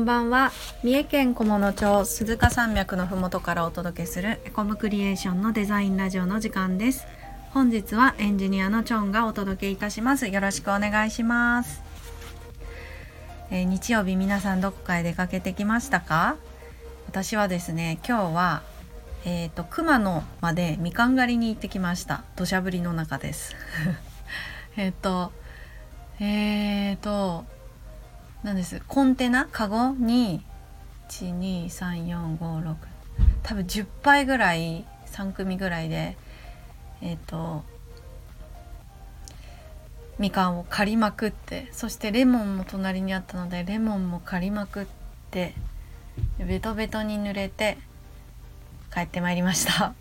んばんは。三重県菰野町鈴鹿山脈のふもとからお届けするエコムクリエーションのデザインラジオの時間です。本日はエンジニアのチョンがお届けいたします。よろしくお願いします。日曜日皆さんどこかへ出かけてきましたか？私はですね、今日は熊野までみかん狩りに行ってきました。土砂降りの中ですなんです。コンテナカゴに12345多分10杯ぐらい3組ぐらいでみかんを狩りまくって、そしてレモンも隣にあったのでレモンも狩りまくって、ベトベトに濡れて帰ってまいりました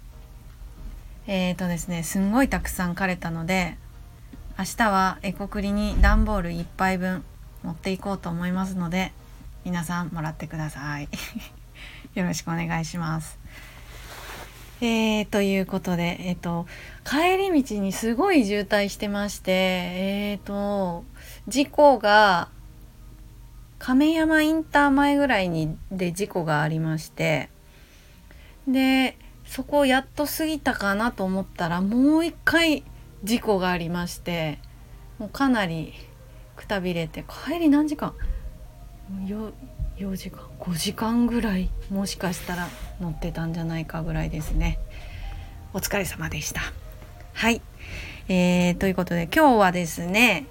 ですね、すんごいたくさん枯れたので、明日はエコクリに段ボール1杯分持っていこうと思いますので、皆さんもらってくださいよろしくお願いします。ということで、帰り道にすごい渋滞してまして、事故が亀山インター前ぐらいで事故がありまして、でそこをやっと過ぎたかなと思ったらもう一回事故がありまして、もうかなりくたびれて、帰り何時間4時間5時間ぐらいもしかしたら乗ってたんじゃないかぐらいですね。お疲れ様でした。はい、ということで今日はですね、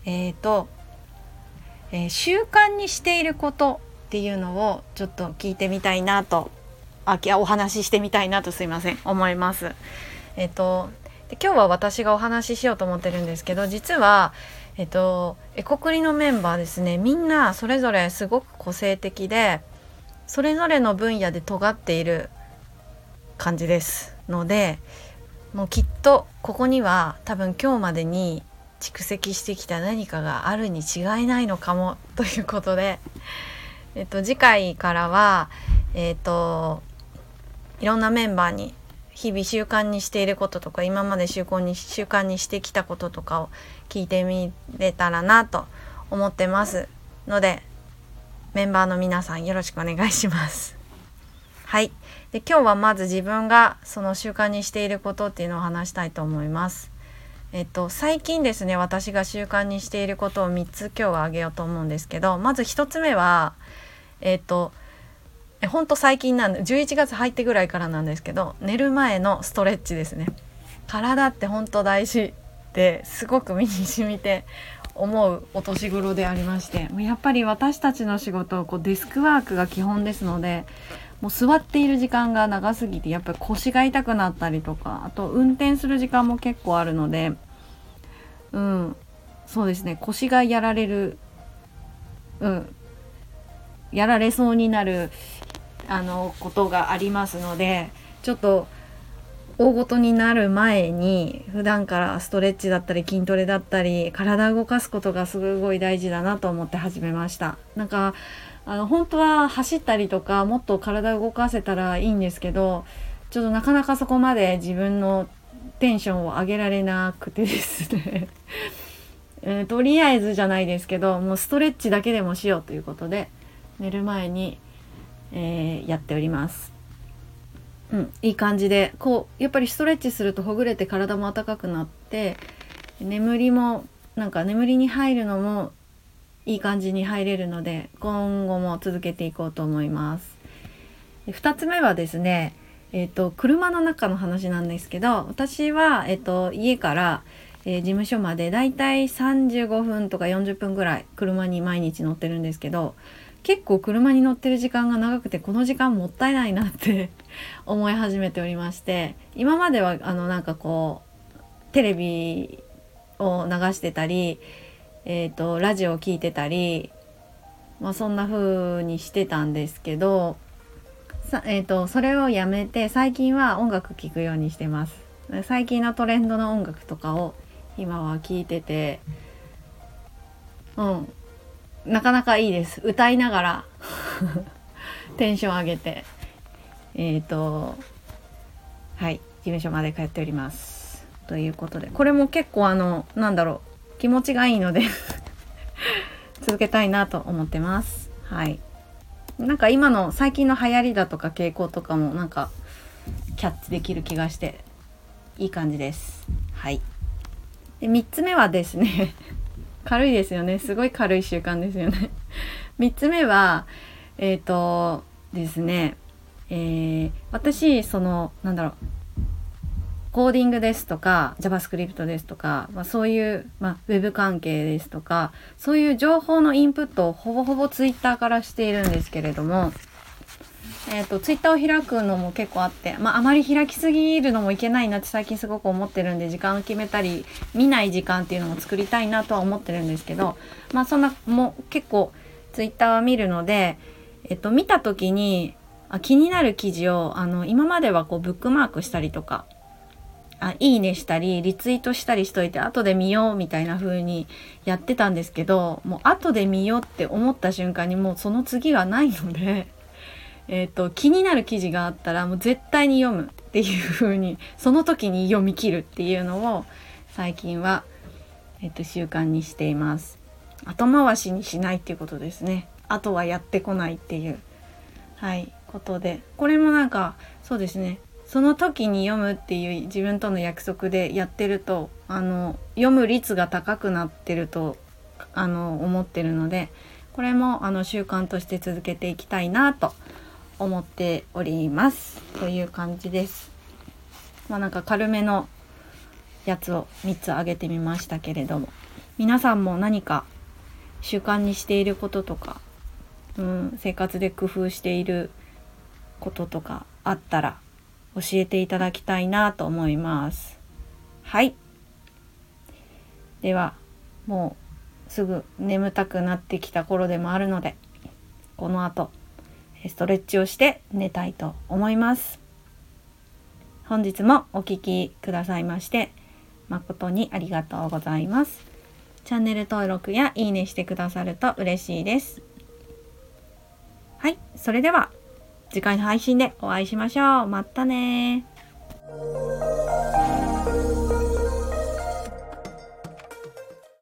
習慣にしていることっていうのをちょっと聞いてみたいなとお話ししてみたいなと思います。で今日は私がお話ししようと思ってるんですけど、実はエコクリのメンバーですね、みんなそれぞれすごく個性的で、それぞれの分野で尖っている感じですので、もうきっとここには多分今日までに蓄積してきた何かがあるに違いないのかもということで、次回からはいろんなメンバーに日々習慣にしていることとか、今まで習慣にしてきたこととかを聞いてみれたらなと思ってますので、メンバーの皆さんよろしくお願いします。はい。で今日はまず自分がその習慣にしていることっていうのを話したいと思います。最近ですね、私が習慣にしていることを3つ今日は挙げようと思うんですけど、まず1つ目はほんと最近なんで11月入ってぐらいからなんですけど、寝る前のストレッチですね。体ってほんと大事ですごく身に染みて思うお年頃でありまして、やっぱり私たちの仕事デスクワークが基本ですので、もう座っている時間が長すぎてやっぱり腰が痛くなったりとか、あと運転する時間も結構あるので、そうですね、腰がやられそうになることがありますので、ちょっと大ごとになる前に普段からストレッチだったり筋トレだったり体を動かすことがすごい大事だなと思って始めました。なんか本当は走ったりとかもっと体を動かせたらいいんですけど、ちょっとなかなかそこまで自分のテンションを上げられなくてですねとりあえずじゃないですけど、もうストレッチだけでもしようということで寝る前にやっております。いい感じでやっぱりストレッチするとほぐれて体も温かくなって、眠りに入るのもいい感じに入れるので、今後も続けていこうと思います。2つ目はですね、車の中の話なんですけど、私は、家から、事務所までだいたい35分とか40分ぐらい車に毎日乗ってるんですけど、結構車に乗ってる時間が長くて、この時間もったいないなって思い始めておりまして、今まではテレビを流してたり、ラジオを聞いてたり、そんな風にしてたんですけど、それをやめて最近は音楽聴くようにしてます。最近のトレンドの音楽とかを今は聴いてて、なかなかいいです。歌いながらテンション上げてはい、事務所まで通っておりますということで、これも結構気持ちがいいので続けたいなと思ってます。はい。 なんか今の最近の流行りだとか傾向とかもなんかキャッチできる気がしていい感じです。はい。で3つ目はですね軽いですよね。すごい軽い習慣ですよね3つ目はですね、私コーディングですとか JavaScript ですとか、そういう、ウェブ関係ですとか、そういう情報のインプットをほぼほぼ Twitter からしているんですけれども、Twitter を開くのも結構あって、あまり開きすぎるのもいけないなって最近すごく思ってるんで、時間を決めたり見ない時間っていうのも作りたいなとは思ってるんですけど、そんなもう結構 Twitter は見るので、見た時に気になる記事を今まではこうブックマークしたりとかいいねしたりリツイートしたりしといて後で見ようみたいな風にやってたんですけど、もう後で見ようって思った瞬間にもうその次がないので気になる記事があったらもう絶対に読むっていう風にその時に読み切るっていうのを最近は、習慣にしています。後回しにしないっていうことですね。あとはやってこないっていうことで、これもなんかそうですね、その時に読むっていう自分との約束でやってると読む率が高くなってると思ってるので、これも習慣として続けていきたいなと思っておりますという感じです。なんか軽めのやつを3つ挙げてみましたけれども、皆さんも何か習慣にしていることとか、生活で工夫していることとかあったら教えていただきたいなと思います。はい。ではもうすぐ眠たくなってきた頃でもあるので、この後ストレッチをして寝たいと思います。本日もお聞きくださいまして誠にありがとうございます。チャンネル登録やいいねしてくださると嬉しいです。はい、それでは次回の配信でお会いしましょう。またね。